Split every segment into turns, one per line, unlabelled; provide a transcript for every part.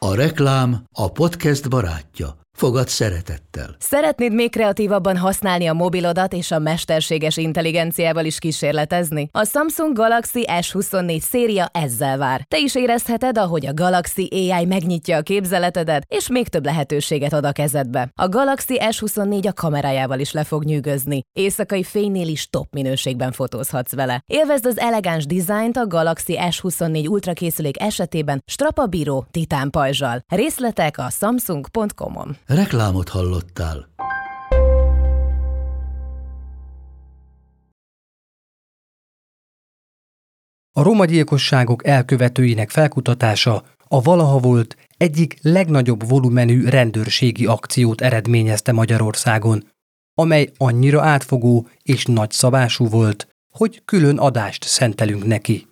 A reklám a podcast barátja. Fogad szeretettel.
Szeretnéd még kreatívabban használni a mobilodat és a mesterséges intelligenciával is kísérletezni? A Samsung Galaxy S24 széria ezzel vár. Te is érezheted, ahogy a Galaxy AI megnyitja a képzeletedet, és még több lehetőséget ad a kezedbe. A Galaxy S24 a kamerájával is le fog nyűgözni. Éjszakai fénynél is top minőségben fotózhatsz vele. Élvezd az elegáns dizájnt a Galaxy S24 Ultra készülék esetében strapabíró titán pajzsal. Részletek a samsung.com-on.
Reklámot hallottál.
A romagyilkosságok elkövetőinek felkutatása a valaha volt egyik legnagyobb volumenű rendőrségi akciót eredményezte Magyarországon, amely annyira átfogó és nagyszabású volt, hogy külön adást szentelünk neki.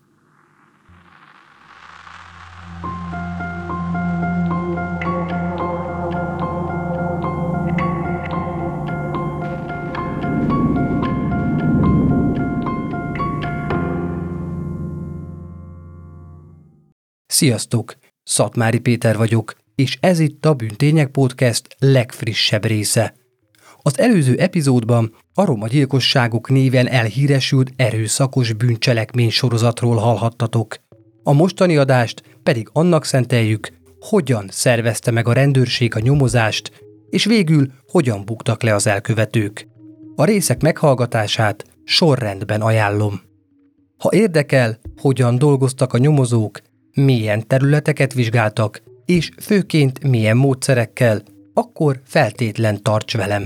Sziasztok! Szatmári Péter vagyok, és ez itt a Bűntények Podcast legfrissebb része. Az előző epizódban a romagyilkosságok néven elhíresült erőszakos bűncselekmény sorozatról hallhattatok. A mostani adást pedig annak szenteljük, hogyan szervezte meg a rendőrség a nyomozást, és végül hogyan buktak le az elkövetők. A részek meghallgatását sorrendben ajánlom. Ha érdekel, hogyan dolgoztak a nyomozók, milyen területeket vizsgáltak, és főként milyen módszerekkel, akkor feltétlen tarts velem.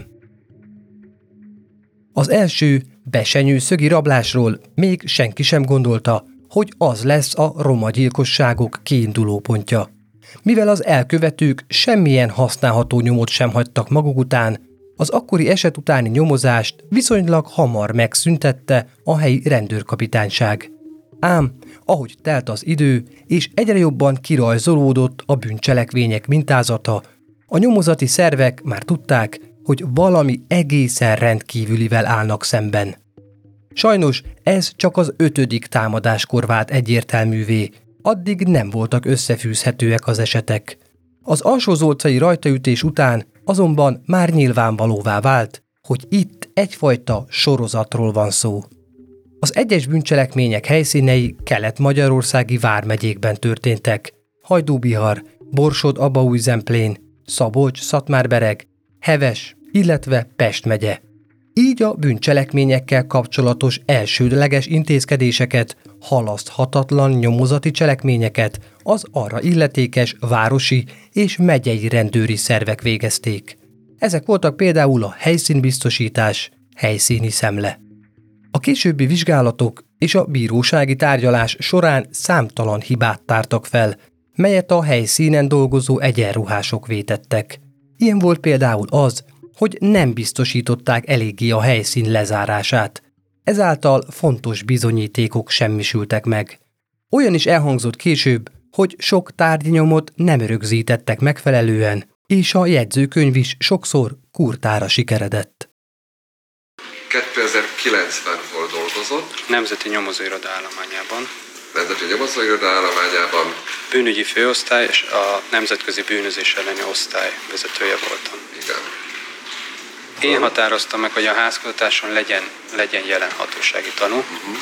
Az első besenyőszögi rablásról még senki sem gondolta, hogy az lesz a romagyilkosságok kiindulópontja. Mivel az elkövetők semmilyen használható nyomot sem hagytak maguk után, az akkori eset utáni nyomozást viszonylag hamar megszüntette a helyi rendőrkapitányság. Ám, ahogy telt az idő, és egyre jobban kirajzolódott a bűncselekmények mintázata, a nyomozati szervek már tudták, hogy valami egészen rendkívülivel állnak szemben. Sajnos ez csak az 5. támadáskor vált egyértelművé, addig nem voltak összefűzhetőek az esetek. Az alsózolcai rajtaütés után azonban már nyilvánvalóvá vált, hogy itt egyfajta sorozatról van szó. Az egyes bűncselekmények helyszínei kelet-magyarországi vármegyékben történtek. Hajdúbihar, Borsod-Abaúj-Zemplén, Szabolcs-Szatmárbereg, Heves, illetve Pest megye. Így a bűncselekményekkel kapcsolatos elsődleges intézkedéseket, halaszthatatlan nyomozati cselekményeket az arra illetékes városi és megyei rendőri szervek végezték. Ezek voltak például a helyszínbiztosítás, helyszíni szemle. A későbbi vizsgálatok és a bírósági tárgyalás során számtalan hibát tártak fel, melyet a helyszínen dolgozó egyenruhások vétettek. Ilyen volt például az, hogy nem biztosították eléggé a helyszín lezárását. Ezáltal fontos bizonyítékok semmisültek meg. Olyan is elhangzott később, hogy sok tárgynyomot nem rögzítettek megfelelően, és a jegyzőkönyv is sokszor kurtára sikeredett.
2009-ben hol dolgozott?
Nemzeti Nyomozóiroda állományában.
Nemzeti Nyomozóiroda állományában.
Bűnügyi főosztály és a Nemzetközi Bűnözés elleni osztály vezetője voltam.
Igen.
Én határoztam meg, hogy a házkutatáson legyen jelen hatósági tanú.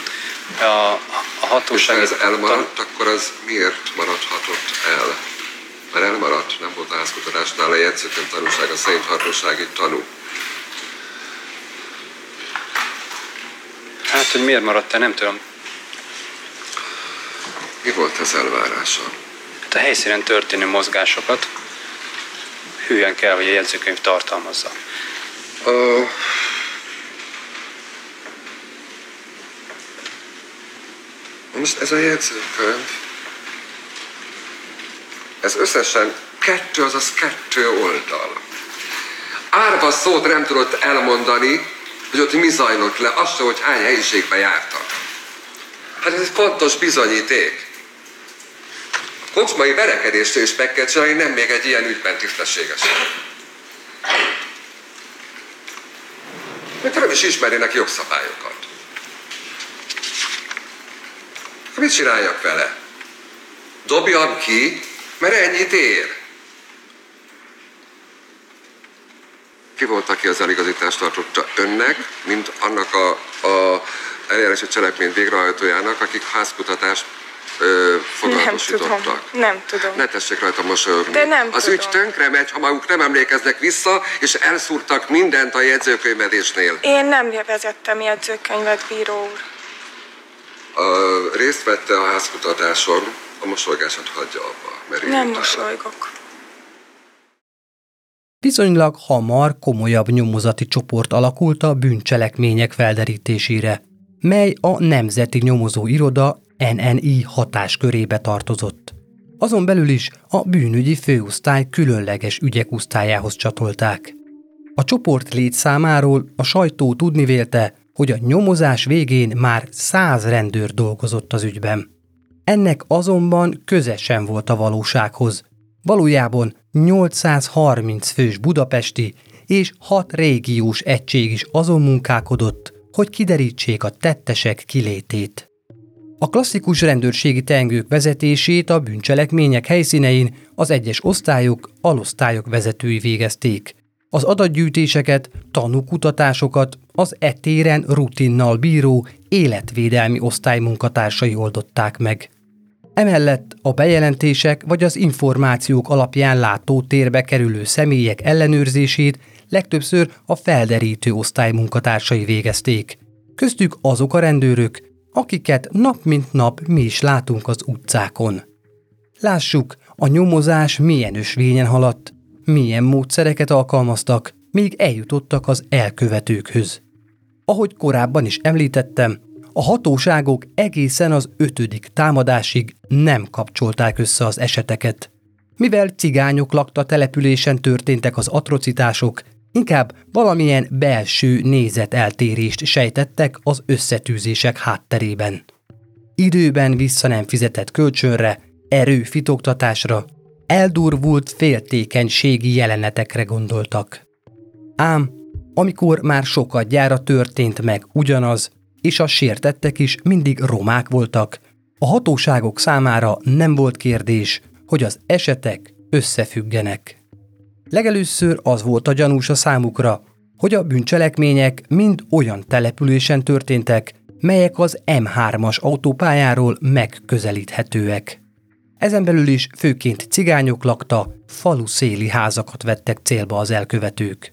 A hatósági
és ha ez elmaradt, akkor az miért maradhatott el? Mert elmaradt, nem volt a házkutatásnál a jegyzőkönyv tanúsága szerint hatósági tanú.
Hát, hogy miért maradt el, nem tudom.
Mi volt ez elvárása?
Hát a helyszínen történő mozgásokat hülyen kell, hogy a jegyzőkönyv tartalmazza.
Most ez a jegyzőkönyv, ez összesen 2 oldal. Árva szót nem tudott elmondani, hogy ott mi zajlott le, azt sem, hogy hány helyiségbe jártak. Hát ez egy fontos bizonyíték. A kocsmai verekedésre is meg kell csinálni, nem még egy ilyen ügyben tisztességesen. Mert nem is ismernének jogszabályokat. Mit csináljak vele? Dobjam ki, Mert ennyit ér. Ki volt, aki az eligazítást tartotta önnek, mint annak a eljárási cselekmény végrehajtójának, akik házkutatást fogalmasítottak?
Nem tudom.
Ne tessék rajta mosolyogni.
De nem
az
tudom.
ügy tönkre megy, ha maguk nem emlékeznek vissza, és elszúrtak mindent a jegyzőkönyvedésnél.
Én nem vezettem jegyzőkönyvet, bíró úr.
Részt vette a házkutatáson, a mosolygását hagyja abba. Mert
Nem mosolygok.
Viszonylag hamar komolyabb nyomozati csoport alakult a bűncselekmények felderítésére, mely a Nemzeti Nyomozó Iroda NNI hatáskörébe tartozott. Azon belül is a bűnügyi főosztály különleges ügyek osztályához csatolták. A csoport létszámáról a sajtó tudni vélte, hogy a nyomozás végén már 100 rendőr dolgozott az ügyben. Ennek azonban köze sem volt a valósághoz. Valójában 830 fős budapesti és 6 régiós egység is azon munkálkodott, hogy kiderítsék a tettesek kilétét. A klasszikus rendőrségi teendők vezetését a bűncselekmények helyszínein az egyes osztályok, alosztályok vezetői végezték. Az adatgyűjtéseket, tanúkutatásokat az téren rutinnal bíró életvédelmi osztály munkatársai oldották meg. Emellett a bejelentések vagy az információk alapján látótérbe kerülő személyek ellenőrzését legtöbbször a felderítő osztály munkatársai végezték. Köztük azok a rendőrök, akiket nap mint nap mi is látunk az utcákon. Lássuk, a nyomozás milyen ösvényen haladt, milyen módszereket alkalmaztak, míg eljutottak az elkövetőkhöz. Ahogy korábban is említettem, a hatóságok egészen az 5. támadásig nem kapcsolták össze az eseteket. Mivel cigányok lakta településen történtek az atrocitások, inkább valamilyen belső nézeteltérést sejtettek az összetűzések hátterében. Időben vissza nem fizetett kölcsönre, erőfitoktatásra, eldurvult féltékenységi jelenetekre gondoltak. Ám amikor már sokadjára történt meg ugyanaz, és a sértettek is mindig romák voltak, a hatóságok számára nem volt kérdés, hogy az esetek összefüggenek. Legelőször az volt a gyanús a számukra, hogy a bűncselekmények mind olyan településen történtek, melyek az M3-as autópályáról megközelíthetőek. Ezen belül is főként cigányok lakta, faluszéli házakat vettek célba az elkövetők.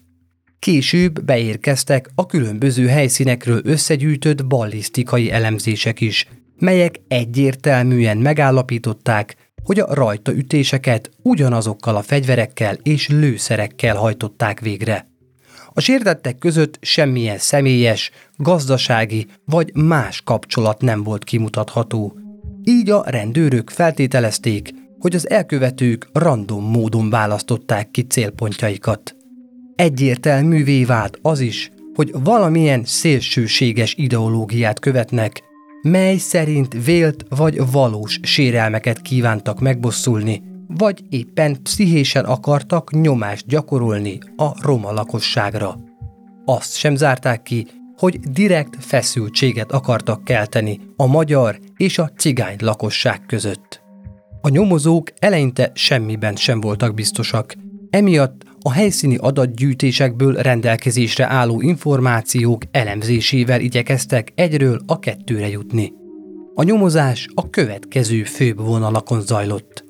Később beérkeztek a különböző helyszínekről összegyűjtött ballisztikai elemzések is, melyek egyértelműen megállapították, hogy a rajtaütéseket ugyanazokkal a fegyverekkel és lőszerekkel hajtották végre. A sértettek között semmilyen személyes, gazdasági vagy más kapcsolat nem volt kimutatható. Így a rendőrök feltételezték, hogy az elkövetők random módon választották ki célpontjaikat. Egyértelművé vált az is, hogy valamilyen szélsőséges ideológiát követnek, mely szerint vélt vagy valós sérelmeket kívántak megbosszulni, vagy éppen pszichésen akartak nyomást gyakorolni a roma lakosságra. Azt sem zárták ki, hogy direkt feszültséget akartak kelteni a magyar és a cigány lakosság között. A nyomozók eleinte semmiben sem voltak biztosak, emiatt a helyszíni adatgyűjtésekből rendelkezésre álló információk elemzésével igyekeztek egyről a kettőre jutni. A nyomozás a következő főbb vonalakon zajlott.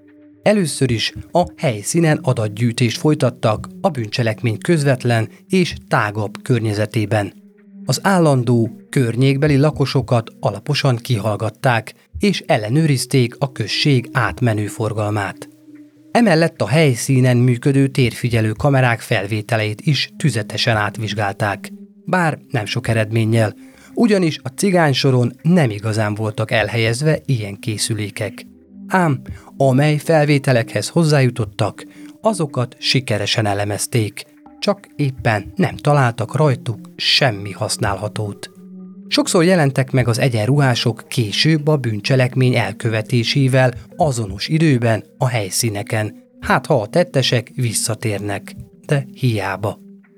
Először is a helyszínen adatgyűjtést folytattak a bűncselekmény közvetlen és tágabb környezetében. Az állandó, környékbeli lakosokat alaposan kihallgatták, és ellenőrizték a község átmenő forgalmát. Emellett a helyszínen működő térfigyelő kamerák felvételeit is tüzetesen átvizsgálták, bár nem sok eredménnyel, ugyanis a cigánysoron nem igazán voltak elhelyezve ilyen készülékek. Ám amely felvételekhez hozzájutottak, azokat sikeresen elemezték, csak éppen nem találtak rajtuk semmi használhatót. Sokszor jelentek meg az egyenruhások később a bűncselekmény elkövetésével azonos időben a helyszíneken, hát ha a tettesek visszatérnek, de hiába.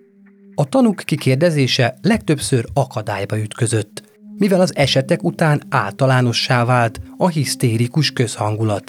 A tanúk kikérdezése legtöbbször akadályba ütközött, mivel az esetek után általánossá vált a hisztérikus közhangulat,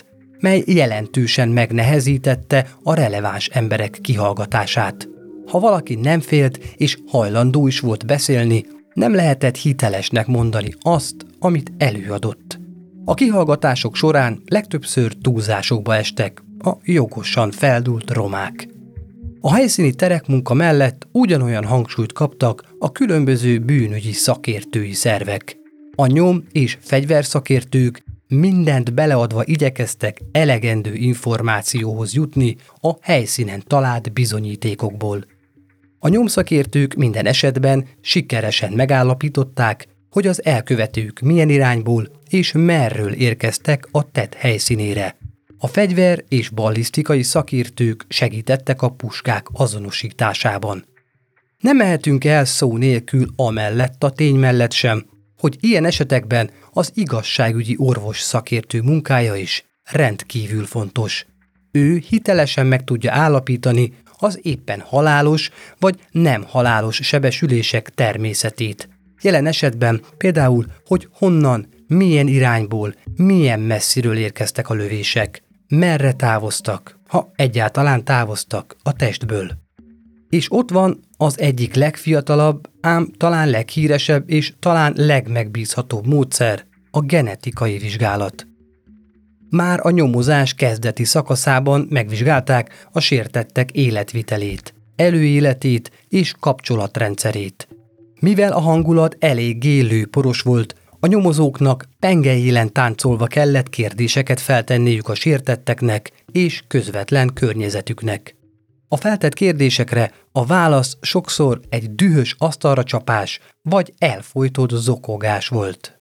mely jelentősen megnehezítette a releváns emberek kihallgatását. Ha valaki nem félt és hajlandó is volt beszélni, nem lehetett hitelesnek mondani azt, amit előadott. A kihallgatások során legtöbbször túlzásokba estek a jogosan feldúlt romák. A helyszíni terekmunka mellett ugyanolyan hangsúlyt kaptak a különböző bűnügyi szakértői szervek. A nyom- és fegyverszakértők mindent beleadva igyekeztek elegendő információhoz jutni a helyszínen talált bizonyítékokból. A nyomszakértők minden esetben sikeresen megállapították, hogy az elkövetők milyen irányból és merről érkeztek a tett helyszínére. A fegyver- és ballisztikai szakértők segítettek a puskák azonosításában. Nem mehetünk el szó nélkül amellett a tény mellett sem, hogy ilyen esetekben az igazságügyi orvos szakértő munkája is rendkívül fontos. Ő hitelesen meg tudja állapítani az éppen halálos vagy nem halálos sebesülések természetét. Jelen esetben például, hogy honnan, milyen irányból, milyen messziről érkeztek a lövések, merre távoztak, ha egyáltalán távoztak a testből. És ott van az egyik legfiatalabb, ám talán leghíresebb és talán legmegbízhatóbb módszer, a genetikai vizsgálat. Már a nyomozás kezdeti szakaszában megvizsgálták a sértettek életvitelét, előéletét és kapcsolatrendszerét. Mivel a hangulat eléggé lőporos volt, a nyomozóknak pengejélen táncolva kellett kérdéseket feltenniük a sértetteknek és közvetlen környezetüknek. A feltett kérdésekre a válasz sokszor egy dühös asztalra csapás vagy elfojtott zokogás volt.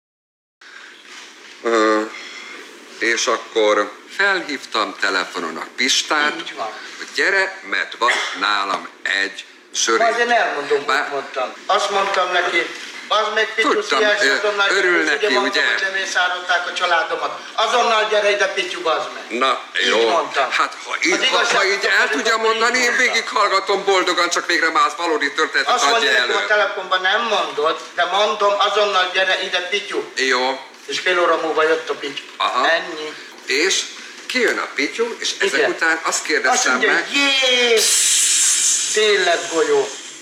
És akkor felhívtam telefonon a Pistát, hogy gyere, mert van nálam egy sörét.
Azért elmondom, mit mondtam. Azt mondtam neki, az meg Pityu, szíves, azonnal
örül neki,
ugye? Mondtam,
ugye?
hogy lemészárolták a családomat. Azonnal gyere ide, Pityu, bazd meg.
Na, jó.
Így mondtam.
Hát, ha így el tudja mondani, én végighallgatom boldogan, csak végre már az valódi történetet
azt
adja
mondja,
elő.
a telefonban nem mondod, de mondom, azonnal gyere ide, Pityu.
Jó.
És fél óra múlva jött a Pityu.
Aha.
Ennyi.
És kijön a Pityu, és ezek
Igen.
után azt kérdeztem
azt mondja,
meg...
jé! Tényleg golyó.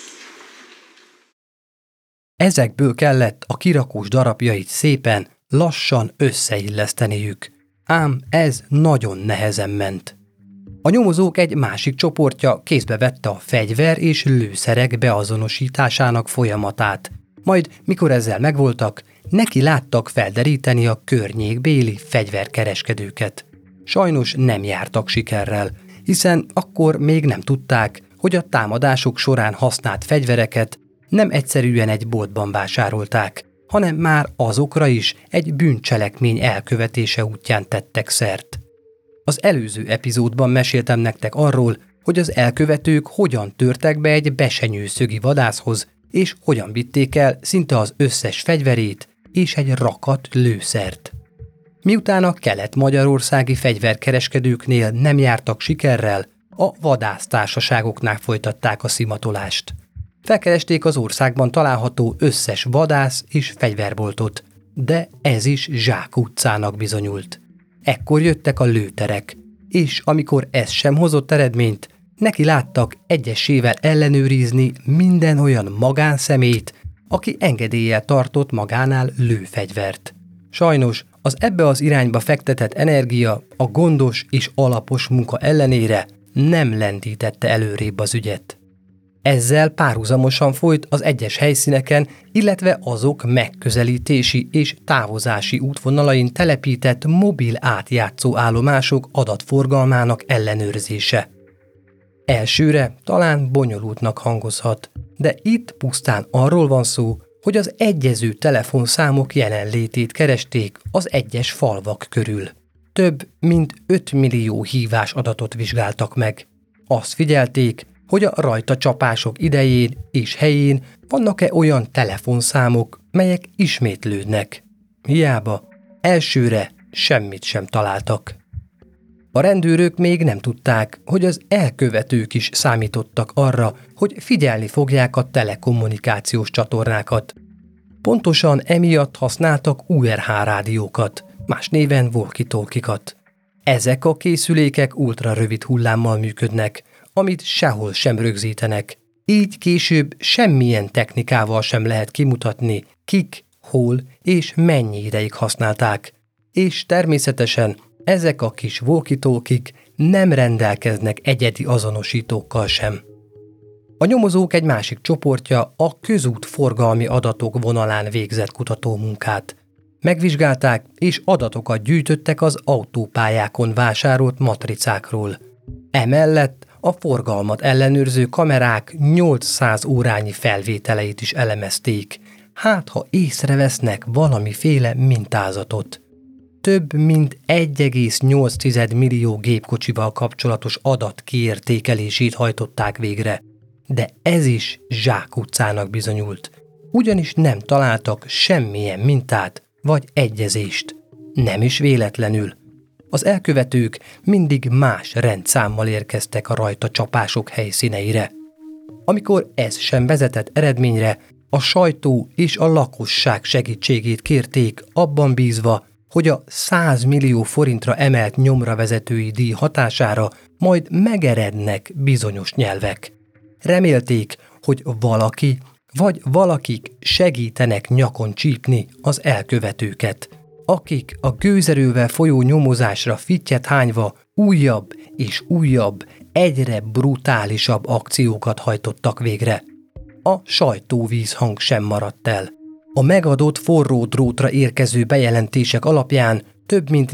Ezekből kellett a kirakós darabjait szépen, lassan összeilleszteniük. Ám ez nagyon nehezen ment. A nyomozók egy másik csoportja kézbe vette a fegyver és lőszerek beazonosításának folyamatát. Majd, mikor ezzel megvoltak, neki láttak felderíteni a környékbéli fegyverkereskedőket. Sajnos nem jártak sikerrel, hiszen akkor még nem tudták, hogy a támadások során használt fegyvereket nem egyszerűen egy boltban vásárolták, hanem már azokra is egy bűncselekmény elkövetése útján tettek szert. Az előző epizódban meséltem nektek arról, hogy az elkövetők hogyan törtek be egy besenyőszögi vadászhoz, és hogyan vitték el szinte az összes fegyverét és egy rakat lőszert. Miután a kelet-magyarországi fegyverkereskedőknél nem jártak sikerrel, a vadásztársaságoknál folytatták a szimatolást. Felkeresték az országban található összes vadász és fegyverboltot, de ez is zsákutcának bizonyult. Ekkor jöttek a lőterek, és amikor ez sem hozott eredményt, neki láttak egyesével ellenőrizni minden olyan magánszemélyt, aki engedéllyel tartott magánál lőfegyvert. Sajnos az ebbe az irányba fektetett energia a gondos és alapos munka ellenére nem lendítette előrébb az ügyet. Ezzel párhuzamosan folyt az egyes helyszíneken, illetve azok megközelítési és távozási útvonalain telepített mobil átjátszó állomások adatforgalmának ellenőrzése. Elsőre talán bonyolultnak hangozhat, de itt pusztán arról van szó, hogy az egyező telefonszámok jelenlétét keresték az egyes falvak körül. Több mint 5 millió hívás adatot vizsgáltak meg. Azt figyelték, hogy a rajta csapások idején és helyén vannak-e olyan telefonszámok, melyek ismétlődnek. Hiába, elsőre semmit sem találtak. A rendőrök még nem tudták, hogy az elkövetők is számítottak arra, hogy figyelni fogják a telekommunikációs csatornákat. Pontosan emiatt használtak URH rádiókat, más néven walkie-talkie-kat. Ezek a készülékek ultrarövid hullámmal működnek, amit sehol sem rögzítenek. Így később semmilyen technikával sem lehet kimutatni, kik, hol és mennyi ideig használták. És természetesen ezek a kis walkie-talkiek nem rendelkeznek egyedi azonosítókkal sem. A nyomozók egy másik csoportja a közút forgalmi adatok vonalán végzett kutatómunkát. Megvizsgálták és adatokat gyűjtöttek az autópályákon vásárolt matricákról. Emellett a forgalmat ellenőrző kamerák 800 órányi felvételeit is elemezték, hát ha észrevesznek valamiféle mintázatot. Több mint 1,8 millió gépkocsival kapcsolatos adat kiértékelését hajtották végre, de ez is zsákutcának bizonyult, ugyanis nem találtak semmilyen mintát vagy egyezést. Nem is véletlenül. Az elkövetők mindig más rendszámmal érkeztek a rajta csapások helyszíneire. Amikor ez sem vezetett eredményre, a sajtó és a lakosság segítségét kérték, abban bízva, hogy a 100 millió forintra emelt nyomravezetői díj hatására majd megerednek bizonyos nyelvek. Remélték, hogy valaki vagy valakik segítenek nyakon csípni az elkövetőket, akik a gőzerővel folyó nyomozásra fittyet hányva újabb és újabb, egyre brutálisabb akciókat hajtottak végre. A sajtóvízhang sem maradt el. A megadott forró drótra érkező bejelentések alapján több mint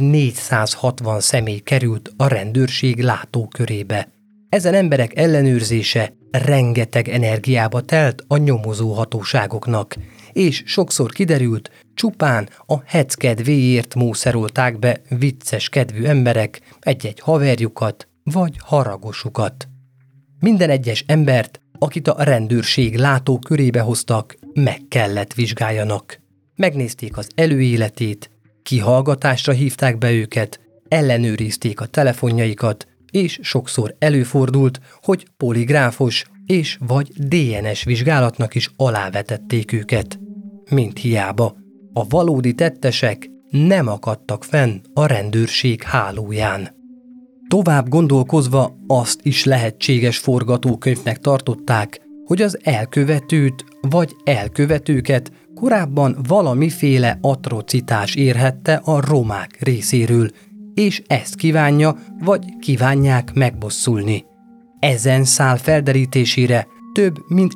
460 személy került a rendőrség látókörébe. Ezen emberek ellenőrzése rengeteg energiába telt a nyomozó hatóságoknak, és sokszor kiderült, csupán a hecc kedvéért mószerolták be vicces kedvű emberek egy-egy haverjukat vagy haragosukat. Minden egyes embert, akit a rendőrség látókörébe hoztak, meg kellett vizsgáljanak. Megnézték az előéletét, kihallgatásra hívták be őket, ellenőrizték a telefonjaikat, és sokszor előfordult, hogy poligráfos és vagy DNS vizsgálatnak is alávetették őket. Mint hiába, a valódi tettesek nem akadtak fenn a rendőrség hálóján. Tovább gondolkozva azt is lehetséges forgatókönyvnek tartották, hogy az elkövetőt vagy elkövetőket korábban valamiféle atrocitás érhette a romák részéről, és ezt kívánja vagy kívánják megbosszulni. Ezen szál felderítésére több mint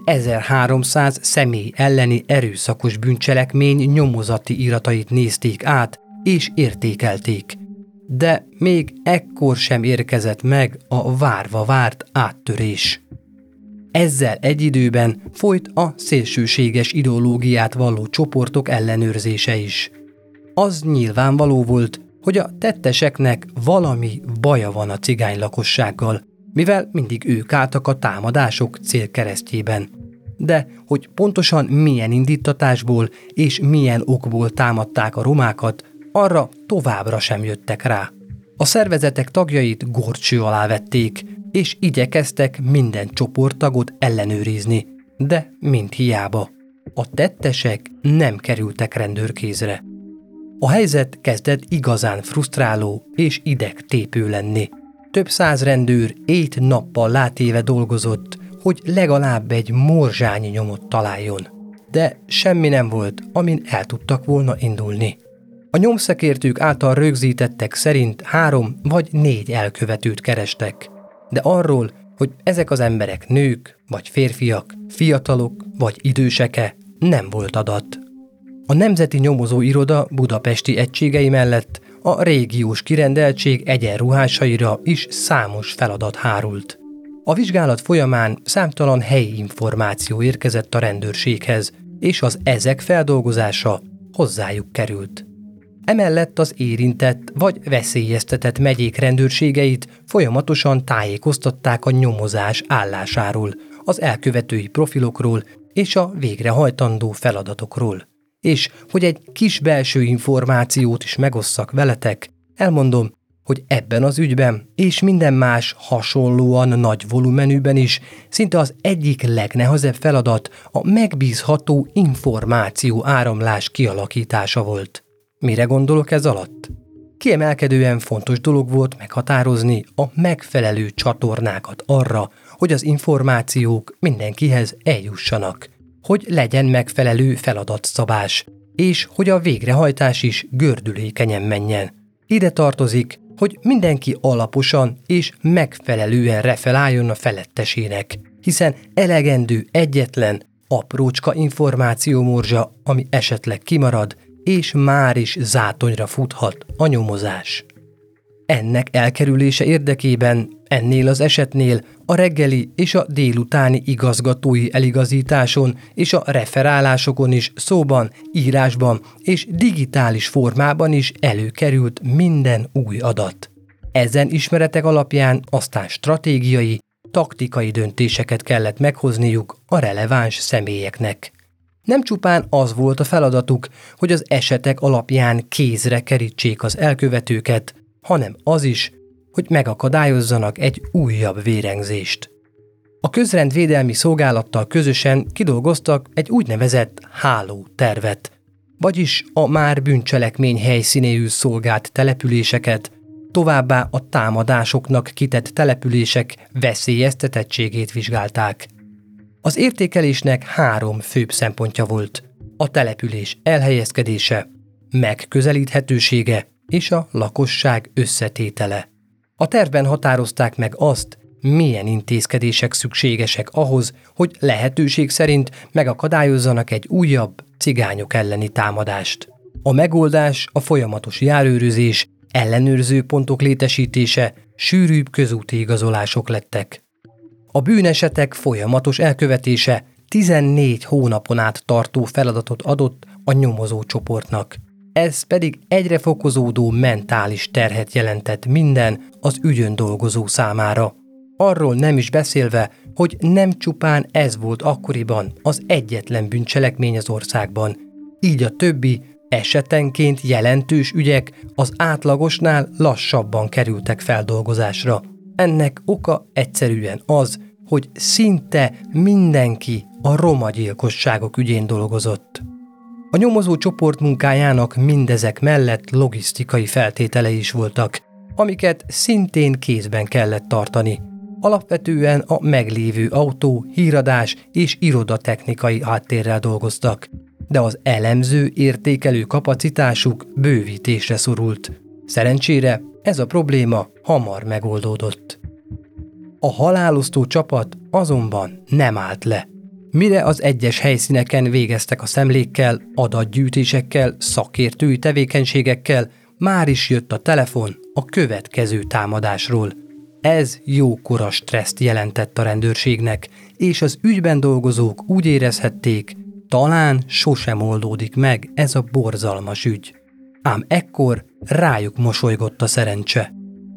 1300 személy elleni erőszakos bűncselekmény nyomozati iratait nézték át és értékelték. De még ekkor sem érkezett meg a várva várt áttörés. Ezzel egy időben folyt a szélsőséges ideológiát valló csoportok ellenőrzése is. Az nyilvánvaló volt, hogy a tetteseknek valami baja van a cigány lakossággal, mivel mindig ők álltak a támadások célkeresztjében. De hogy pontosan milyen indítatásból és milyen okból támadták a romákat, arra továbbra sem jöttek rá. A szervezetek tagjait górcső alá vették, és igyekeztek minden csoporttagot ellenőrizni, de mind hiába. A tettesek nem kerültek rendőrkézre. A helyzet kezdett igazán frusztráló és idegtépő lenni. Több száz rendőr éjt-nappal látéve dolgozott, hogy legalább egy morzsányi nyomot találjon. De semmi nem volt, amin el tudtak volna indulni. A nyomszakértők által rögzítettek szerint 3 vagy 4 elkövetőt kerestek, de arról, hogy ezek az emberek nők vagy férfiak, fiatalok vagy időseke, nem volt adat. A Nemzeti Nyomozóiroda budapesti egységei mellett a régiós kirendeltség egyenruhásaira is számos feladat hárult. A vizsgálat folyamán számtalan helyi információ érkezett a rendőrséghez, és az ezek feldolgozása hozzájuk került. Emellett az érintett vagy veszélyeztetett megyék rendőrségeit folyamatosan tájékoztatták a nyomozás állásáról, az elkövetői profilokról és a végrehajtandó feladatokról. És hogy egy kis belső információt is megosszak veletek, elmondom, hogy ebben az ügyben és minden más hasonlóan nagy volumenűben is szinte az egyik legnehezebb feladat a megbízható információ áramlás kialakítása volt. Mire gondolok ez alatt? Kiemelkedően fontos dolog volt meghatározni a megfelelő csatornákat arra, hogy az információk mindenkihez eljussanak, hogy legyen megfelelő feladatszabás, és hogy a végrehajtás is gördülékenyen menjen. Ide tartozik, hogy mindenki alaposan és megfelelően referáljon a felettesének, hiszen elegendő egyetlen, aprócska információmorzsa, ami esetleg kimarad, és már is zátonyra futhat a nyomozás. Ennek elkerülése érdekében ennél az esetnél a reggeli és a délutáni igazgatói eligazításon és a referálásokon is szóban, írásban és digitális formában is előkerült minden új adat. Ezen ismeretek alapján aztán stratégiai, taktikai döntéseket kellett meghozniuk a releváns személyeknek. Nem csupán az volt a feladatuk, hogy az esetek alapján kézre kerítsék az elkövetőket, hanem az is, hogy megakadályozzanak egy újabb vérengzést. A közrendvédelmi szolgálattal közösen kidolgoztak egy úgynevezett hálótervet, vagyis a már bűncselekmény helyszínéül szolgált településeket, továbbá a támadásoknak kitett települések veszélyeztetettségét vizsgálták. Az értékelésnek 3 főbb szempontja volt: a település elhelyezkedése, megközelíthetősége és a lakosság összetétele. A tervben határozták meg azt, milyen intézkedések szükségesek ahhoz, hogy lehetőség szerint megakadályozzanak egy újabb cigányok elleni támadást. A megoldás a folyamatos járőrözés, ellenőrző pontok létesítése, sűrűbb közúti igazolások lettek. A bűnesetek folyamatos elkövetése 14 hónapon át tartó feladatot adott a nyomozó csoportnak. Ez pedig egyre fokozódó mentális terhet jelentett minden az ügyön dolgozó számára. Arról nem is beszélve, hogy nem csupán ez volt akkoriban az egyetlen bűncselekmény az országban, így a többi, esetenként jelentős ügyek az átlagosnál lassabban kerültek feldolgozásra. Ennek oka egyszerűen az, hogy szinte mindenki a roma gyilkosságok ügyén dolgozott. A nyomozó csoport munkájának mindezek mellett logisztikai feltételei is voltak, amiket szintén kézben kellett tartani. Alapvetően a meglévő autó, híradás és irodatechnikai háttérrel dolgoztak, de az elemző, értékelő kapacitásuk bővítésre szorult. Szerencsére ez a probléma hamar megoldódott. A halálosztó csapat azonban nem állt le. Mire az egyes helyszíneken végeztek a szemlékkel, adatgyűjtésekkel, szakértői tevékenységekkel, már is jött a telefon a következő támadásról. Ez jókora stresszt jelentett a rendőrségnek, és az ügyben dolgozók úgy érezhették, talán sosem oldódik meg ez a borzalmas ügy. Ám ekkor rájuk mosolygott a szerencse.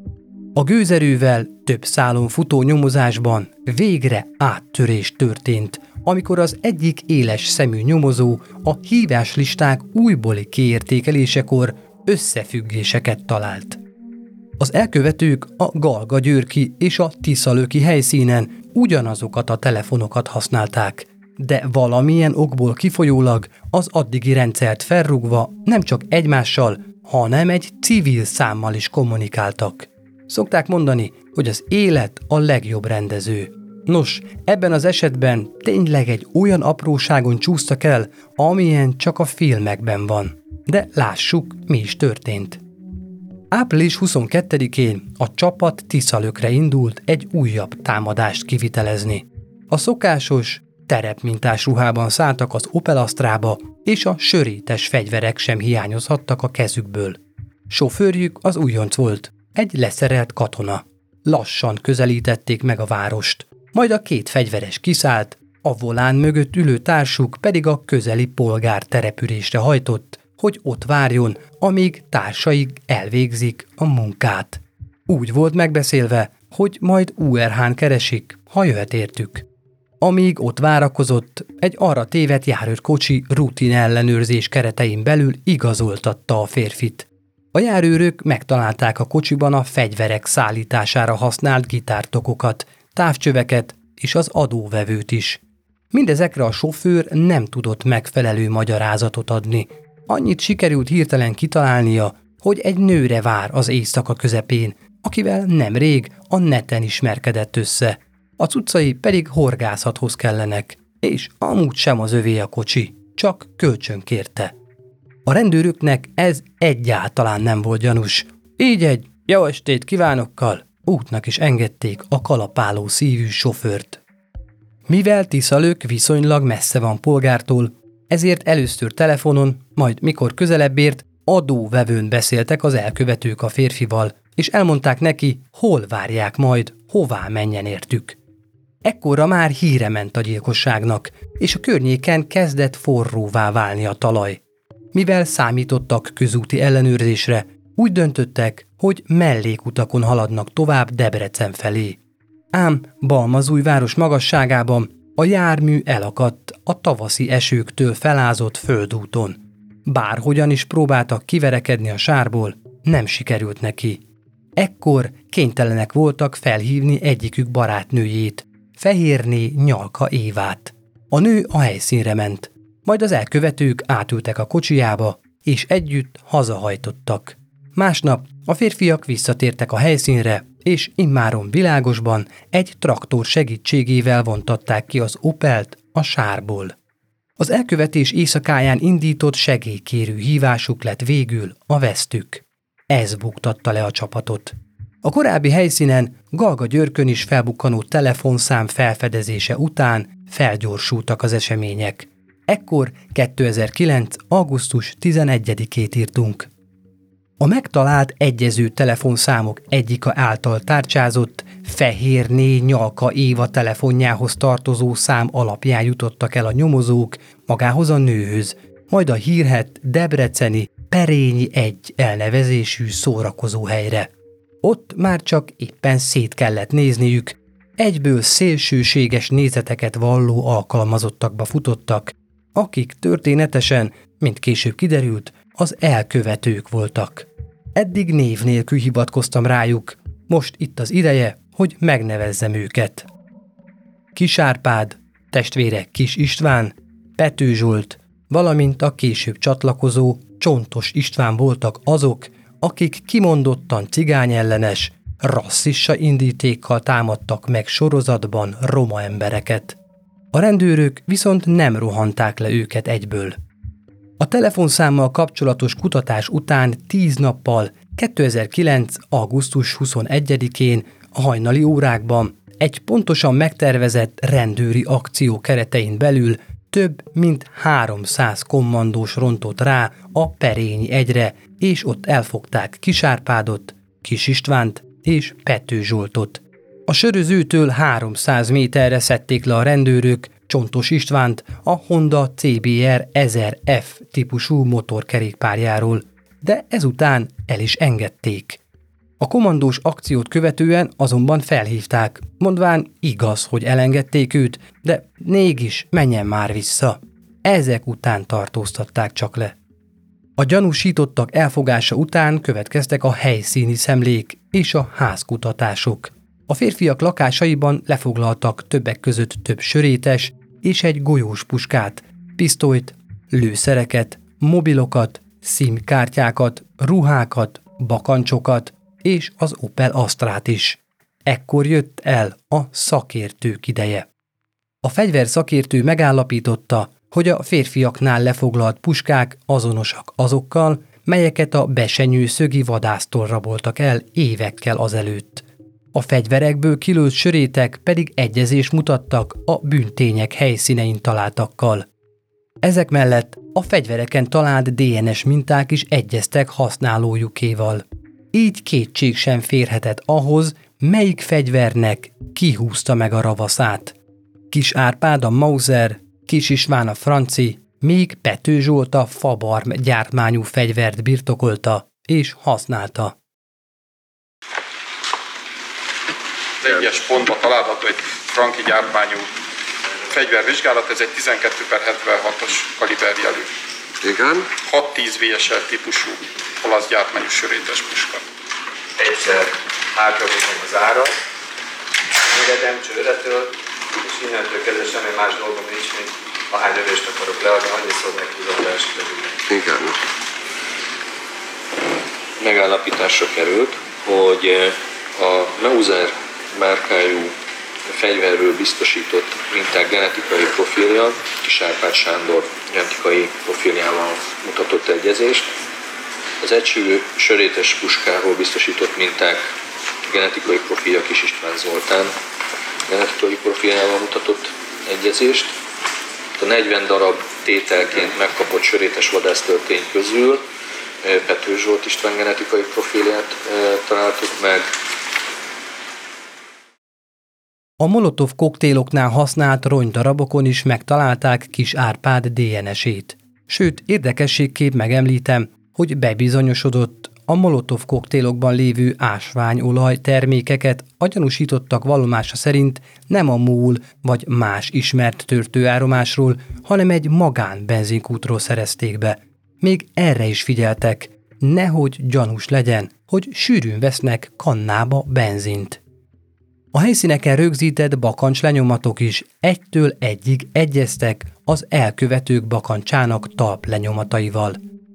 A gőzerővel több szálon futó nyomozásban végre áttörés történt, amikor az egyik éles szemű nyomozó a híváslisták újbóli kiértékelésekor összefüggéseket talált. Az elkövetők a Galga-Győrki és a Tiszalöki helyszínen ugyanazokat a telefonokat használták, de valamilyen okból kifolyólag az addigi rendszert felrúgva nem csak egymással, hanem egy civil számmal is kommunikáltak. Szokták mondani, hogy az élet a legjobb rendező. Nos, ebben az esetben tényleg egy olyan apróságon csúsztak el, amilyen csak a filmekben van. De lássuk, mi is történt. Április 22-én a csapat Tiszalökre indult egy újabb támadást kivitelezni. A szokásos, terepmintás ruhában szálltak az Opel Astrába, és a sörétes fegyverek sem hiányozhattak a kezükből. Sofőrjük az újonc volt, egy leszerelt katona. Lassan közelítették meg a várost. Majd a 2 fegyveres kiszállt, a volán mögött ülő társuk pedig a közeli polgár településre hajtott, hogy ott várjon, amíg társaik elvégzik a munkát. Úgy volt megbeszélve, hogy majd URH-n keresik, ha jöhet értük. Amíg ott várakozott, egy arra tévedt járőrkocsi rutin ellenőrzés keretein belül igazoltatta a férfit. A járőrök megtalálták a kocsiban a fegyverek szállítására használt gitártokokat, távcsöveket és az adóvevőt is. Mindezekre a sofőr nem tudott megfelelő magyarázatot adni. Annyit sikerült hirtelen kitalálnia, hogy egy nőre vár az éjszaka közepén, akivel nemrég a neten ismerkedett össze. A cuccai pedig horgászathoz kellenek, és amúgy sem az övé a kocsi, csak kölcsön kérte. A rendőröknek ez egyáltalán nem volt gyanús, így egy jó estét kívánokkal útnak is engedték a kalapáló szívű sofőrt. Mivel Tiszalök viszonylag messze van polgártól, ezért először telefonon, majd mikor közelebb ért, adóvevőn beszéltek az elkövetők a férfival, és elmondták neki, hol várják majd, hová menjen értük. Ekkorra már híre ment a gyilkosságnak, és a környéken kezdett forróvá válni a talaj. Mivel számítottak közúti ellenőrzésre, úgy döntöttek, hogy mellékutakon haladnak tovább Debrecen felé. Ám Balmazújváros magasságában a jármű elakadt a tavaszi esőktől felázott földúton. Bárhogyan is próbáltak kiverekedni a sárból, nem sikerült neki. Ekkor kénytelenek voltak felhívni egyikük barátnőjét, Fehérné Nyalka Évát. A nő a helyszínre ment, majd az elkövetők átültek a kocsijába, és együtt hazahajtottak. Másnap a férfiak visszatértek a helyszínre, és immáron világosban egy traktor segítségével vontatták ki az Opelt a sárból. Az elkövetés éjszakáján indított segélykérő hívásuk lett végül a vesztük. Ez buktatta le a csapatot. A korábbi helyszínen Galga Györkön is felbukkanó telefonszám felfedezése után felgyorsultak az események. Ekkor 2009. augusztus 11-ét írtunk. A megtalált egyező telefonszámok egyika által tárcsázott Fehérné Nyalka Éva telefonjához tartozó szám alapján jutottak el a nyomozók magához a nőhöz, majd a hírhedt debreceni Perényi 1 elnevezésű szórakozóhelyre. Ott már csak éppen szét kellett nézniük, egyből szélsőséges nézeteket valló alkalmazottakba futottak, akik történetesen, mint később kiderült, az elkövetők voltak. Eddig név nélkül hivatkoztam rájuk, most itt az ideje, hogy megnevezzem őket. Kis Árpád, testvére Kis István, Pető Zsolt, valamint a később csatlakozó Csontos István voltak azok, akik kimondottan cigányellenes, rasszista indítékkal támadtak meg sorozatban roma embereket. A rendőrök viszont nem rohanták le őket egyből. A telefonszámmal kapcsolatos kutatás után 10 nappal 2009. augusztus 21-én a hajnali órákban egy pontosan megtervezett rendőri akció keretein belül több mint 300 kommandós rontott rá a Perényi 1-re, és ott elfogták Kis Árpádot, Kis Istvánt és Pető Zsoltot. A sörözőtől 300 méterre szedték le a rendőrök Csontos Istvánt a Honda CBR 1000F típusú motorkerékpárjáról, de ezután el is engedték. A kommandós akciót követően azonban felhívták, mondván igaz, hogy elengedték őt, de mégis menjen már vissza. Ezek után tartóztatták csak le. A gyanúsítottak elfogása után következtek a helyszíni szemlék és a házkutatások. A férfiak lakásaiban lefoglaltak többek között több sörétes és egy golyós puskát, pisztolyt, lőszereket, mobilokat, SIM-kártyákat, ruhákat, bakancsokat és az Opel Astrát is. Ekkor jött el a szakértők ideje. A fegyverszakértő megállapította, hogy a férfiaknál lefoglalt puskák azonosak azokkal, melyeket a besenyőszögi vadásztól raboltak el évekkel azelőtt. A fegyverekből kilőtt sörétek pedig egyezést mutattak a bűntények helyszínein találtakkal. Ezek mellett a fegyvereken talált DNS minták is egyeztek használójukéval. Így kétség sem férhetett ahhoz, melyik fegyvernek kihúzta meg a ravaszát. Kis Árpád a Mauser, Kis István a Franci, míg Pető Zsolt a Fabarm gyártmányú fegyvert birtokolta és használta.
Az egyes pontban található egy franki gyártmányú fegyvervizsgálat, ez egy 12/76-os kaliberjelű.
Igen.
6-10 VSL típusú olasz gyártmányú sörétes puska.
Egyszer hátravízom az árat, engedem csőretől, és innentől kezdve semmi más dolgom nincs, mint ahány lövést akarok leadni, annyiszor meghúzom az első lövőnek.
Igen.
megállapításra került, hogy a Mauser márkájú fegyverről biztosított minták genetikai profilja Kis Árpád Sándor genetikai profiljával mutatott egyezést. Az egysívű sörétes puskáról biztosított minták genetikai profilja Kis István Zoltán genetikai profiljával mutatott egyezést. A 40 darab tételként megkapott sörétes vadásztörtény közül Pető Zsolt István genetikai profilját találtuk meg.
A Molotov koktéloknál használt rongydarabokon is megtalálták Kis Árpád DNS-ét. Sőt, érdekességképp megemlítem, hogy bebizonyosodott, a Molotov koktélokban lévő ásványolaj termékeket a gyanúsítottak vallomása szerint nem a MOL vagy más ismert törtőállomásról, hanem egy magánbenzinkútról szerezték be. Még erre is figyeltek, nehogy gyanús legyen, hogy sűrűn vesznek kannába benzint. A helyszíneken rögzített bakancslenyomatok is egytől egyig egyeztek az elkövetők bakancsának talplenyomataival.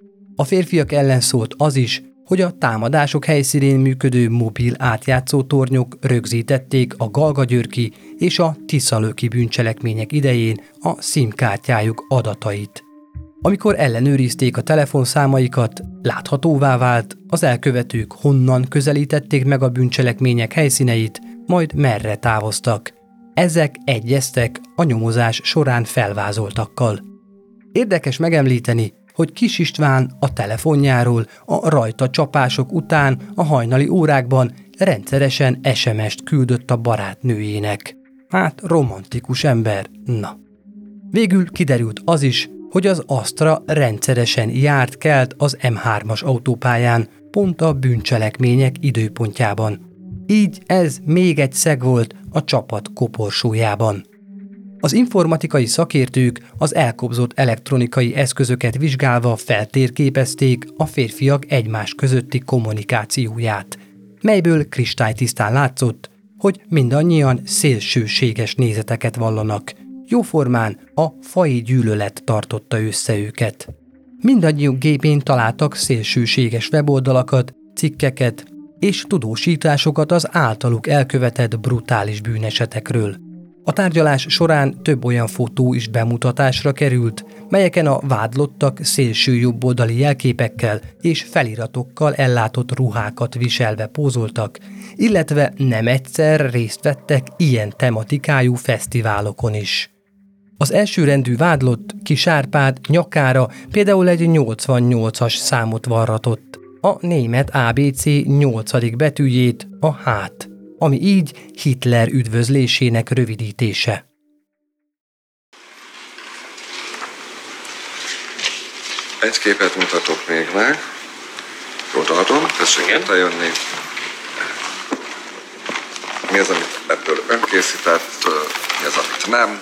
A férfiak ellen szólt az is, hogy a támadások helyszínén működő mobil átjátszó tornyok rögzítették a galgagyörki és a tiszalöki bűncselekmények idején a SIM-kártyájuk adatait. Amikor ellenőrizték a telefonszámaikat, láthatóvá vált, az elkövetők honnan közelítették meg a bűncselekmények helyszíneit, majd merre távoztak. Ezek egyeztek a nyomozás során felvázoltakkal. Érdekes megemlíteni, hogy Kis István a telefonjáról a rajta csapások után a hajnali órákban rendszeresen SMS-t küldött a barátnőjének. Hát romantikus ember, na. Végül kiderült az is, hogy az Astra rendszeresen járt-kelt az M3-as autópályán, pont a bűncselekmények időpontjában. Így ez még egy szeg volt a csapat koporsójában. Az informatikai szakértők az elkobzott elektronikai eszközöket vizsgálva feltérképezték a férfiak egymás közötti kommunikációját, melyből kristálytisztán látszott, hogy mindannyian szélsőséges nézeteket vallanak. Jóformán a faji gyűlölet tartotta össze őket. Mindannyiuk gépén találtak szélsőséges weboldalakat, cikkeket és tudósításokat az általuk elkövetett brutális bűnesetekről. A tárgyalás során több olyan fotó is bemutatásra került, melyeken a vádlottak szélső jobboldali jelképekkel és feliratokkal ellátott ruhákat viselve pózoltak, illetve nem egyszer részt vettek ilyen tematikájú fesztiválokon is. Az elsőrendű vádlott Kis Árpád nyakára például egy 88-as számot varratott, a német ABC 8. betűjét, a H-t, ami így Hitler üdvözlésének rövidítése.
Egy képet mutatok még meg. Odaadom, tessék jönni. Mi az, amit ebből ön készített, mi az, amit nem.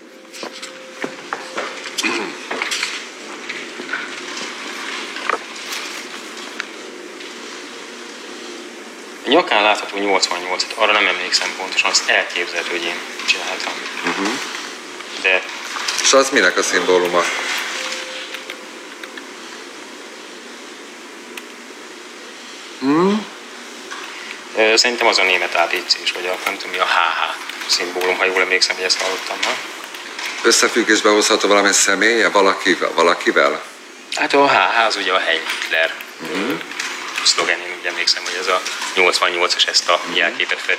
A nyakán látható 88-et, arra nem emlékszem pontosan, azt elképzelhető, hogy én csináltam. De...
És az minek a szimbóluma?
Szerintem az a német ABC-s, vagy a, nem tudom mi, a HH szimbólum, ha jól emlékszem, hogy ezt hallottam már.
Összefüggésbe hozható valami személye valakivel?
Hát a HH az ugye a Heil Hitler szlogen, én úgy emlékszem, hogy ez a 88-as ezt a jelképet fedi.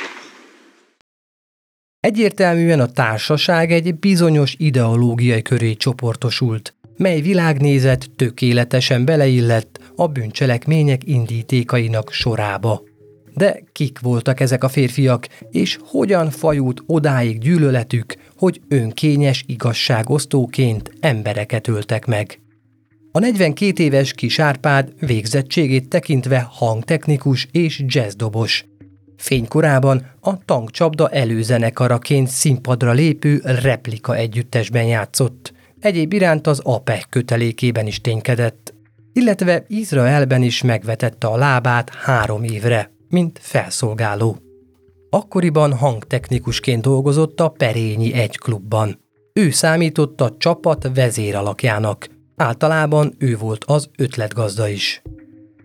Egyértelműen a társaság egy bizonyos ideológiai köré csoportosult, mely világnézet tökéletesen beleillett a bűncselekmények indítékainak sorába. De kik voltak ezek a férfiak, és hogyan fajult odáig gyűlöletük, hogy önkényes igazságosztóként embereket öltek meg? A 42 éves Kis Árpád végzettségét tekintve hangtechnikus és jazzdobos. Fénykorában a Tankcsapda előzenekaraként színpadra lépő Replika együttesben játszott. Egyéb iránt az APEC kötelékében is ténykedett, illetve Izraelben is megvetette a lábát 3 évre, mint felszolgáló. Akkoriban hangtechnikusként dolgozott a Perényi 1 klubban. Ő számított a csapat vezéralakjának. Általában ő volt az ötletgazda is.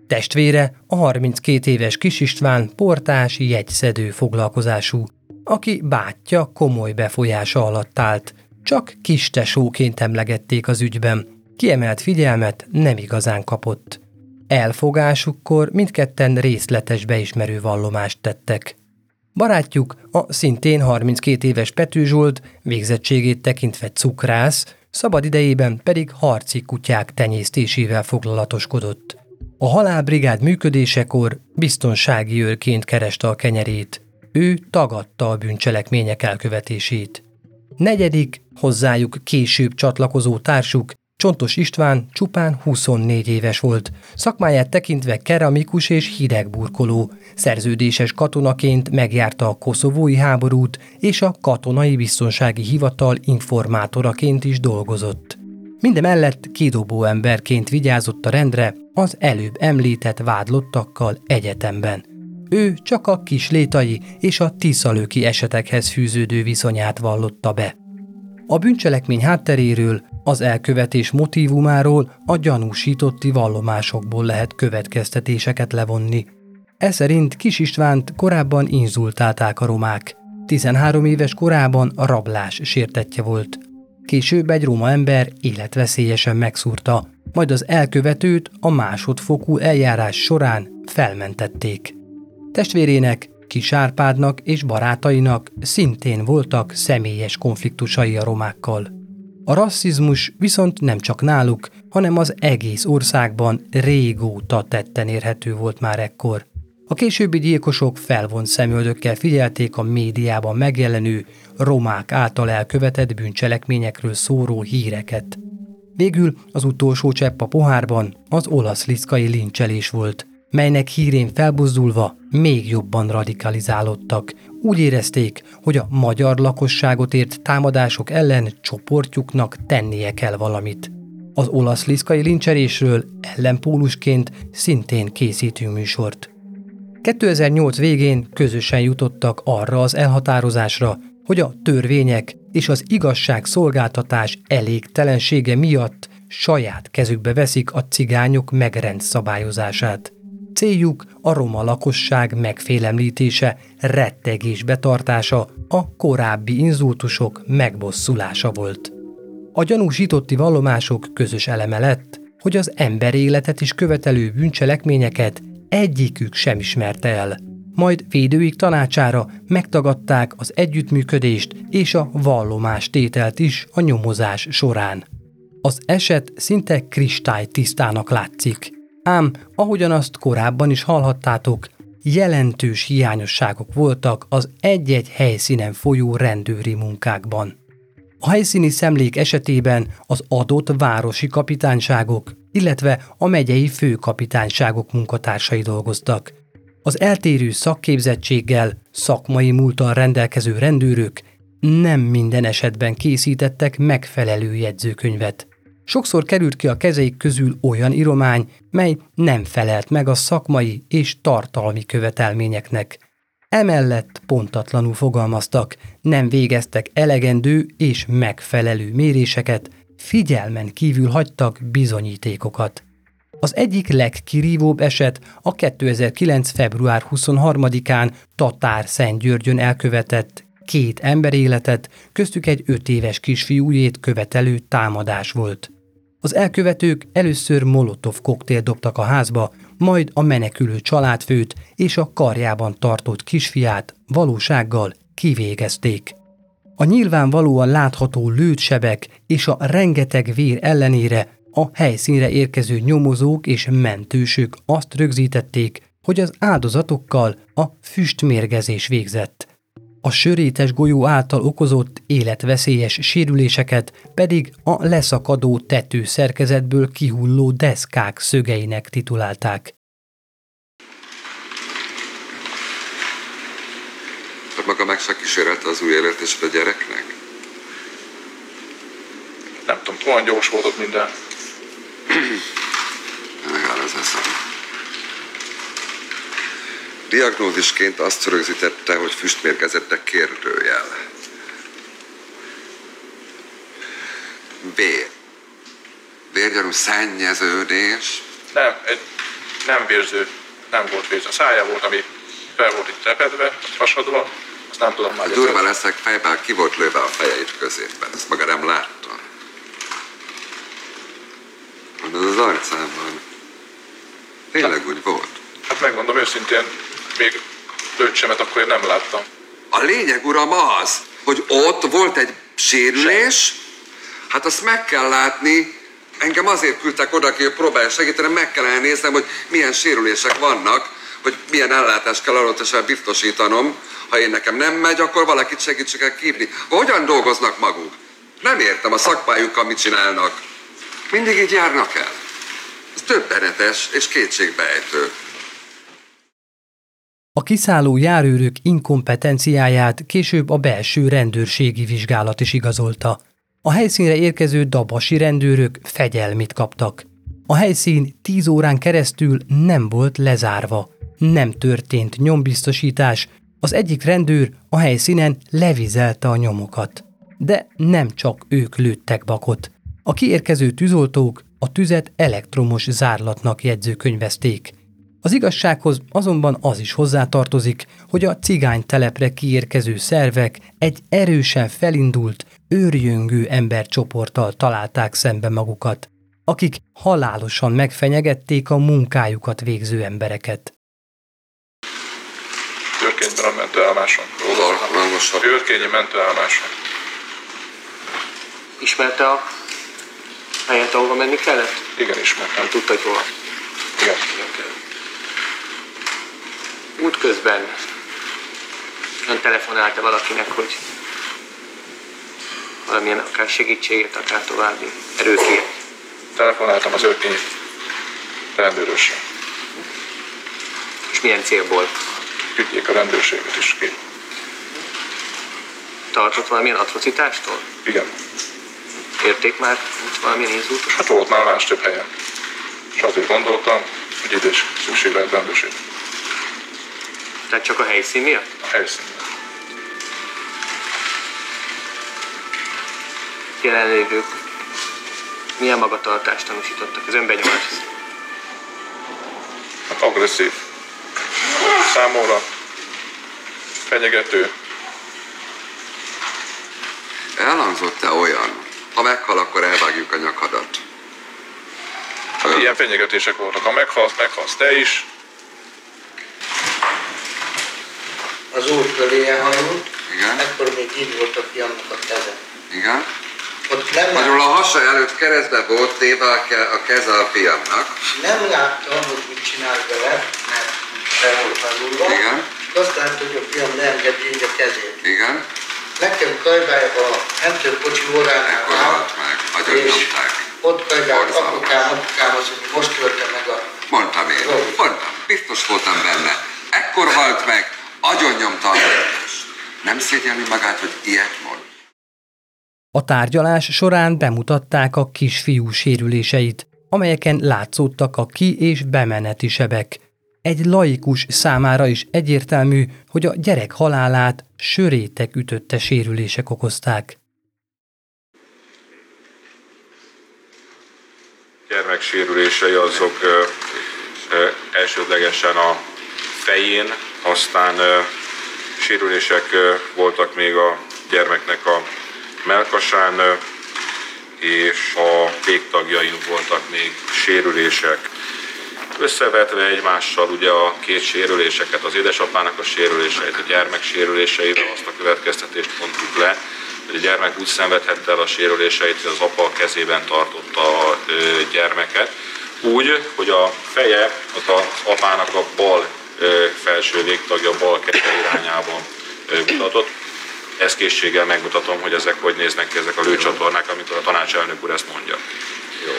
Testvére a 32 éves Kis István portás jegyszedő foglalkozású, aki bátyja komoly befolyása alatt állt. Csak kistesóként emlegették az ügyben, kiemelt figyelmet nem igazán kapott. Elfogásukkor mindketten részletes beismerő vallomást tettek. Barátjuk, a szintén 32 éves Pető Zsolt, végzettségét tekintve cukrász, szabad idejében pedig harci kutyák tenyésztésével foglalatoskodott. A halálbrigád működésekor biztonsági őrként kereste a kenyerét. Ő tagadta a bűncselekmények elkövetését. Negyedik, hozzájuk később csatlakozó társuk, Csontos István csupán 24 éves volt, szakmáját tekintve keramikus és hidegburkoló, szerződéses katonaként megjárta a koszovói háborút, és a katonai biztonsági hivatal informátoraként is dolgozott. Mindemellett kidobó emberként vigyázott a rendre az előbb említett vádlottakkal egyetemben. Ő csak a kislétai és a tiszalőki esetekhez fűződő viszonyát vallotta be. A bűncselekmény hátteréről, az elkövetés motívumáról a gyanúsítotti vallomásokból lehet következtetéseket levonni. Eszerint Kis Istvánt korábban inzultálták a romák. 13 éves korában a rablás sértettje volt. Később egy roma ember életveszélyesen megszúrta, majd az elkövetőt a másodfokú eljárás során felmentették. Testvérének, Kis Árpádnak és barátainak szintén voltak személyes konfliktusai a romákkal. A rasszizmus viszont nem csak náluk, hanem az egész országban régóta tetten érhető volt már ekkor. A későbbi gyilkosok felvont szemöldökkel figyelték a médiában megjelenő romák által elkövetett bűncselekményekről szóró híreket. Végül az utolsó csepp a pohárban az olaszliszkai lincselés volt, melynek hírén felbuzdulva még jobban radikalizálódtak. Úgy érezték, hogy a magyar lakosságot ért támadások ellen csoportjuknak tennie kell valamit. Az olaszliszkai lincselésről ellenpólusként szintén készítünk műsort. 2008 végén közösen jutottak arra az elhatározásra, hogy a törvények és az igazságszolgáltatás elégtelensége miatt saját kezükbe veszik a cigányok megrendszabályozását. Céljuk a roma lakosság megfélemlítése, rettegés betartása, a korábbi inzultusok megbosszulása volt. A gyanúsítotti vallomások közös eleme lett, hogy az emberéletet is követelő bűncselekményeket egyikük sem ismerte el. Majd védőik tanácsára megtagadták az együttműködést és a vallomástételt is a nyomozás során. Az eset szinte kristálytisztának látszik. Ám, ahogyan azt korábban is hallhattátok, jelentős hiányosságok voltak az egy-egy helyszínen folyó rendőri munkákban. A helyszíni szemlék esetében az adott városi kapitányságok, illetve a megyei főkapitányságok munkatársai dolgoztak. Az eltérő szakképzettséggel, szakmai múlttal rendelkező rendőrök nem minden esetben készítettek megfelelő jegyzőkönyvet. Sokszor került ki a kezeik közül olyan íromány, mely nem felelt meg a szakmai és tartalmi követelményeknek. Emellett pontatlanul fogalmaztak, nem végeztek elegendő és megfelelő méréseket, figyelmen kívül hagytak bizonyítékokat. Az egyik legkirívóbb eset a 2009. február 23-án Tatárszentgyörgyön elkövetett 2 emberéletet, köztük egy 5 éves kisfiújét követelő támadás volt. Az elkövetők először molotov koktélt dobtak a házba, majd a menekülő családfőt és a karjában tartott kisfiát valósággal kivégezték. A nyilvánvalóan látható lőtsebek és a rengeteg vér ellenére a helyszínre érkező nyomozók és mentősök azt rögzítették, hogy az áldozatokkal a füstmérgezés végzett. A sörétes golyó által okozott életveszélyes sérüléseket pedig a leszakadó tetőszerkezetből kihulló deszkák szögeinek titulálták.
Tehát maga meg se kísérelte az új életést a gyereknek?
Nem tudom, olyan gyors volt ott minden.
Megáll az eszem. Diagnózisként azt rögzítette, hogy füstmérgezettek kérdőjel. Vérgyanú szennyeződés.
Nem, egy nem vérző, nem volt vérző. A szája volt, ami fel volt itt repedve, hasadva, azt nem tudom már.
Durva leszek fejben, ki volt lőve a feje itt középen, ezt maga nem láttam. De az arcában tényleg úgy volt.
Hát megmondom őszintén, még lőcsemet akkor én nem láttam.
A lényeg, uram, az, hogy ott volt egy sérülés, hát azt meg kell látni, engem azért küldtek oda, hogy próbálja segíteni, meg kellene néznem, hogy milyen sérülések vannak, hogy milyen ellátást kell adatosan biztosítanom. Ha én nekem nem megy, akkor valakit segítsek el kívni. Hogyan dolgoznak maguk? Nem értem a szakmájukkal mit csinálnak. Mindig így járnak el. Ez döbbenetes és kétségbeejtő.
A kiszálló járőrök inkompetenciáját később a belső rendőrségi vizsgálat is igazolta. A helyszínre érkező dabasi rendőrök fegyelmit kaptak. A helyszín 10 órán keresztül nem volt lezárva. Nem történt nyombiztosítás, az egyik rendőr a helyszínen levizelte a nyomokat. De nem csak ők lőttek bakot. A kiérkező tűzoltók a tüzet elektromos zárlatnak jegyzőkönyvezték. Az igazsághoz azonban az is hozzátartozik, hogy a cigánytelepre kiérkező szervek egy erősen felindult, őrjöngő embercsoporttal találták szembe magukat, akik halálosan megfenyegették a munkájukat végző embereket.
Őrkényben a mentőállomáson. Őrkényi mentőállomáson.
Ismerte a helyet, ahova menni kellett?
Igen, ismertem.
Nem tudta, hogy hova?
Igen.
Útközben ön telefonálta valakinek, hogy valamilyen akár segítséget, akár további erőkért.
Telefonáltam az őrkényi rendőrösre.
És milyen célból?
Küldjék a rendőrséget is ki.
Tartott valamilyen atrocitástól?
Igen.
Érték már valamilyen inzultus?
Hát volt már más több helyen. És azért gondoltam, hogy ide is szükség lehet rendőrség.
Tehát csak a helyszín miatt?
A helyszín miatt.
Jelenlévők milyen magatartást tanúsítottak az önbenyomáshoz?
Hát agresszív. Számomra fenyegető.
Elhangzott-e olyan, ha meghal, akkor elvágjuk a nyakadat?
Hát ilyen fenyegetések voltak. Ha meghalsz te is.
Az úr fölé elhajult,
igen.
Ekkor még így volt a fiamnak a keze.
Igen.
Magyarul
a hasa előtt keresztbe volt téve a keze a fiamnak.
Nem láttam, hogy mit csinál vele, mert fel volt hajulva.
Igen.
És azt látta, hogy a fiam leengedi így a kezét.
Igen.
Nekem Kajbályba a mentőkocsi óránál
ekkor halt meg, nagyon nyomták.
Ott Kajbályba apukám azt mondja, hogy most tölte meg a...
Mondtam, biztos voltam benne. Ekkor halt meg, agyon nyomta a mentőst. Nem szégyelni magát, hogy ilyet mond.
A tárgyalás során bemutatták a kisfiú sérüléseit, amelyeken látszódtak a ki- és bemeneti sebek. Egy laikus számára is egyértelmű, hogy a gyerek halálát sörétek ütötte sérülések okozták.
Gyermek sérülései azok elsődlegesen a fején, aztán sérülések voltak még a gyermeknek a mellkasán, és a végtagjain voltak még sérülések. Összevetve egymással ugye a két sérüléseket, az édesapának a sérüléseit, a gyermek sérüléseire azt a következtetést mondtuk le, hogy a gyermek úgy szenvedhette el a sérüléseit, hogy az apa a kezében tartotta a gyermeket. Úgy, hogy a feje az apának a bal felső végtagja, bal keze irányában mutatott. Ezt készséggel megmutatom, hogy ezek hogy néznek ki, ezek a lőcsatornák, amikor a tanácselnök úr ezt mondja. Jó.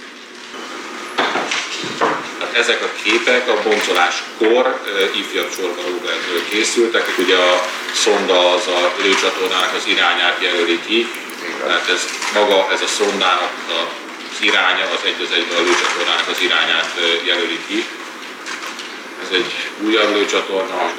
Ezek a képek a boncoláskor ifjabb Csorba Róbertről készültek, ugye a szonda az a lőcsatornának az irányát jelöli ki, tehát ez maga, ez a szondának az iránya, az egy az egyben a lőcsatornának az irányát jelöli ki. Ez egy újabb lőcsatorna,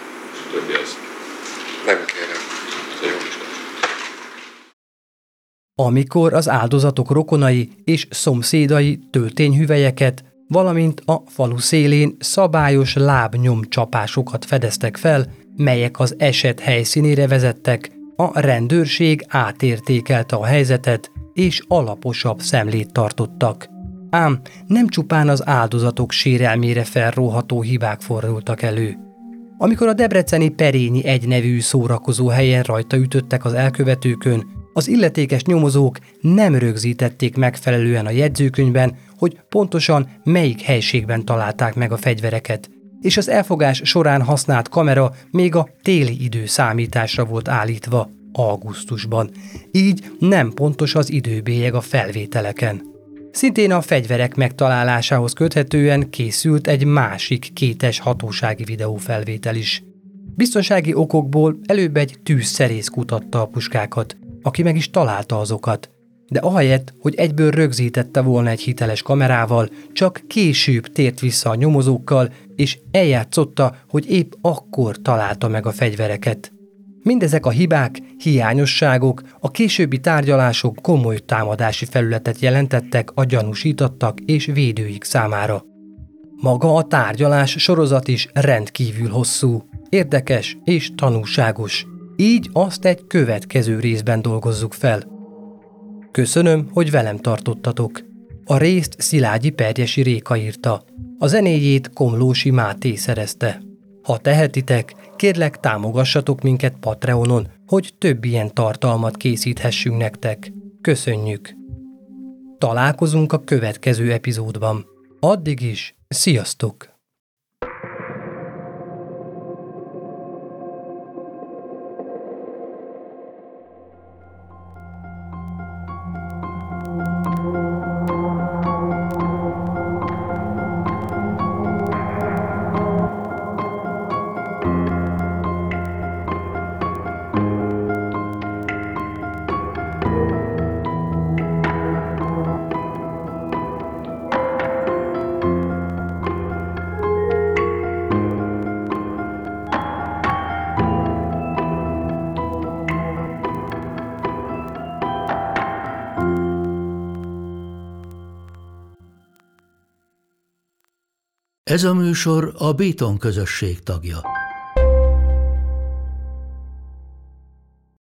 többi az.
Nem kérem.
Ez egy jó is.
Amikor az áldozatok rokonai és szomszédai töltényhüvelyeket, valamint a falu szélén szabályos lábnyomcsapásokat fedeztek fel, melyek az eset helyszínére vezettek, a rendőrség átértékelte a helyzetet, és alaposabb szemlét tartottak. Ám nem csupán az áldozatok sérelmére felróható hibák fordultak elő. Amikor a debreceni Perényi egynevű szórakozó helyen rajta ütöttek az elkövetőkön, az illetékes nyomozók nem rögzítették megfelelően a jegyzőkönyvben, hogy pontosan melyik helységben találták meg a fegyvereket, és az elfogás során használt kamera még a téli időszámításra volt állítva, augusztusban, így nem pontos az időbélyeg a felvételeken. Szintén a fegyverek megtalálásához köthetően készült egy másik kétes hatósági videófelvétel is. Biztonsági okokból előbb egy tűzszerész kutatta a puskákat, aki meg is találta azokat, de ahelyett, hogy egyből rögzítette volna egy hiteles kamerával, csak később tért vissza a nyomozókkal, és eljátszotta, hogy épp akkor találta meg a fegyvereket. Mindezek a hibák, hiányosságok, a későbbi tárgyalások komoly támadási felületet jelentettek a gyanúsítottak és védőik számára. Maga a tárgyalás sorozat is rendkívül hosszú, érdekes és tanulságos. Így azt egy következő részben dolgozzuk fel. Köszönöm, hogy velem tartottatok. A részt Szilágyi Perjesi Réka írta. A zenéjét Komlósi Máté szerezte. Ha tehetitek, kérlek támogassatok minket Patreonon, hogy több ilyen tartalmat készíthessünk nektek. Köszönjük! Találkozunk a következő epizódban. Addig is, sziasztok!
Ez a műsor a Béton közösség tagja.